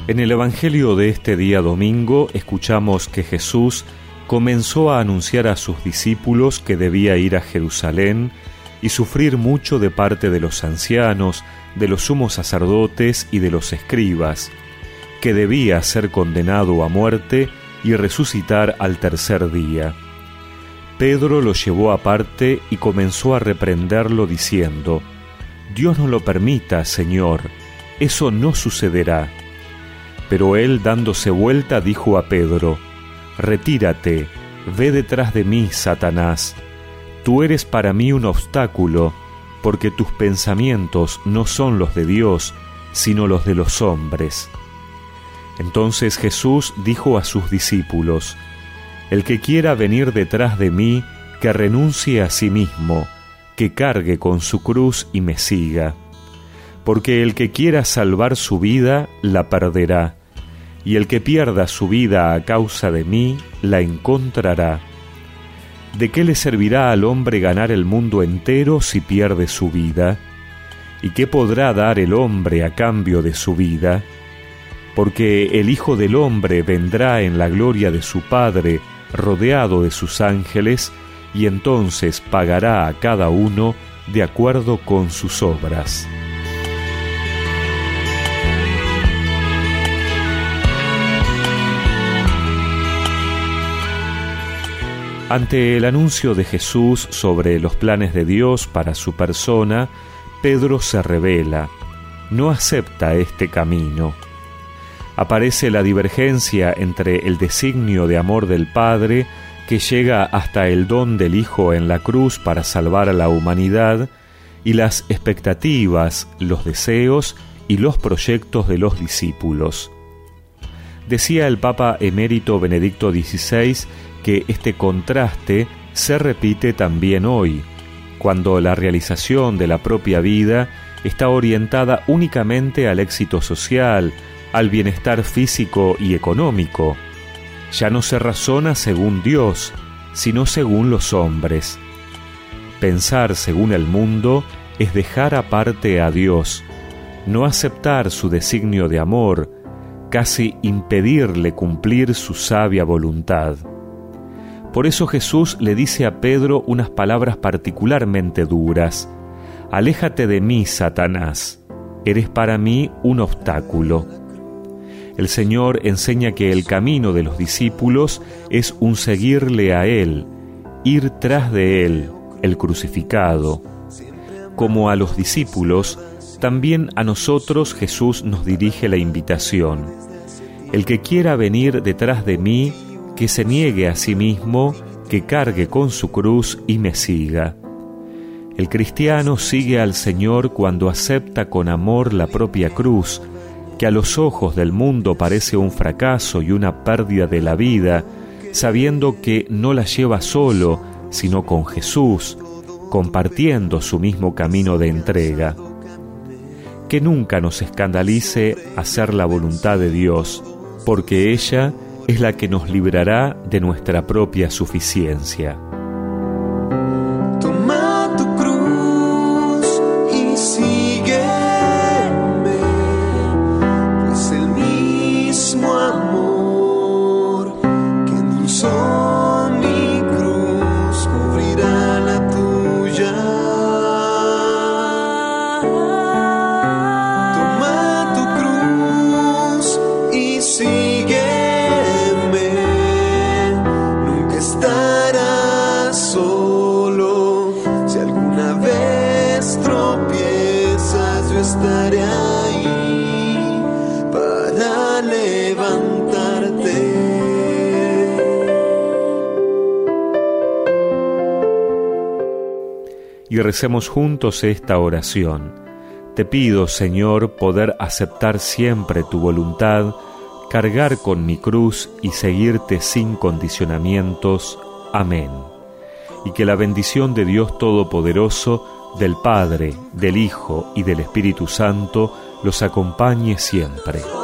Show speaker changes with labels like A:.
A: En el Evangelio de este día domingo escuchamos que Jesús comenzó a anunciar a sus discípulos que debía ir a Jerusalén y sufrir mucho de parte de los ancianos, de los sumos sacerdotes y de los escribas, que debía ser condenado a muerte y resucitar al tercer día. Pedro lo llevó aparte y comenzó a reprenderlo diciendo: «Dios no lo permita, Señor, eso no sucederá». Pero él, dándose vuelta, dijo a Pedro: «Retírate, ve detrás de mí, Satanás. Tú eres para mí un obstáculo, porque tus pensamientos no son los de Dios, sino los de los hombres». Entonces Jesús dijo a sus discípulos: «El que quiera venir detrás de mí, que renuncie a sí mismo, que cargue con su cruz y me siga. Porque el que quiera salvar su vida, la perderá, y el que pierda su vida a causa de mí, la encontrará. ¿De qué le servirá al hombre ganar el mundo entero si pierde su vida? ¿Y qué podrá dar el hombre a cambio de su vida? Porque el Hijo del Hombre vendrá en la gloria de su Padre, rodeado de sus ángeles, y entonces pagará a cada uno de acuerdo con sus obras». Ante el anuncio de Jesús sobre los planes de Dios para su persona, Pedro se rebela, no acepta este camino. Aparece la divergencia entre el designio de amor del Padre, que llega hasta el don del Hijo en la cruz para salvar a la humanidad, y las expectativas, los deseos y los proyectos de los discípulos. Decía el Papa emérito Benedicto XVI que este contraste se repite también hoy, cuando la realización de la propia vida está orientada únicamente al éxito social, al bienestar físico y económico. Ya no se razona según Dios, sino según los hombres. Pensar según el mundo es dejar aparte a Dios, no aceptar su designio de amor, casi impedirle cumplir su sabia voluntad. Por eso Jesús le dice a Pedro unas palabras particularmente duras: «Aléjate de mí, Satanás, eres para mí un obstáculo». El Señor enseña que el camino de los discípulos es un seguirle a Él, ir tras de Él, el crucificado. Como a los discípulos, también a nosotros Jesús nos dirige la invitación: «El que quiera venir detrás de mí, que se niegue a sí mismo, que cargue con su cruz y me siga». El cristiano sigue al Señor cuando acepta con amor la propia cruz, que a los ojos del mundo parece un fracaso y una pérdida de la vida, sabiendo que no la lleva solo, sino con Jesús, compartiendo su mismo camino de entrega. Que nunca nos escandalice hacer la voluntad de Dios, porque ella es la que nos librará de nuestra propia suficiencia.
B: Toma tu cruz y sígueme, pues el mismo amor que endulzó mi cruz cubrirá la tuya. Toma tu cruz y sígueme, estarás solo. Si alguna vez tropiezas, yo estaré ahí para levantarte.
A: Y recemos juntos esta oración. Te pido, Señor, poder aceptar siempre tu voluntad, cargar con mi cruz y seguirte sin condicionamientos. Amén. Y que la bendición de Dios Todopoderoso, del Padre, del Hijo y del Espíritu Santo los acompañe siempre.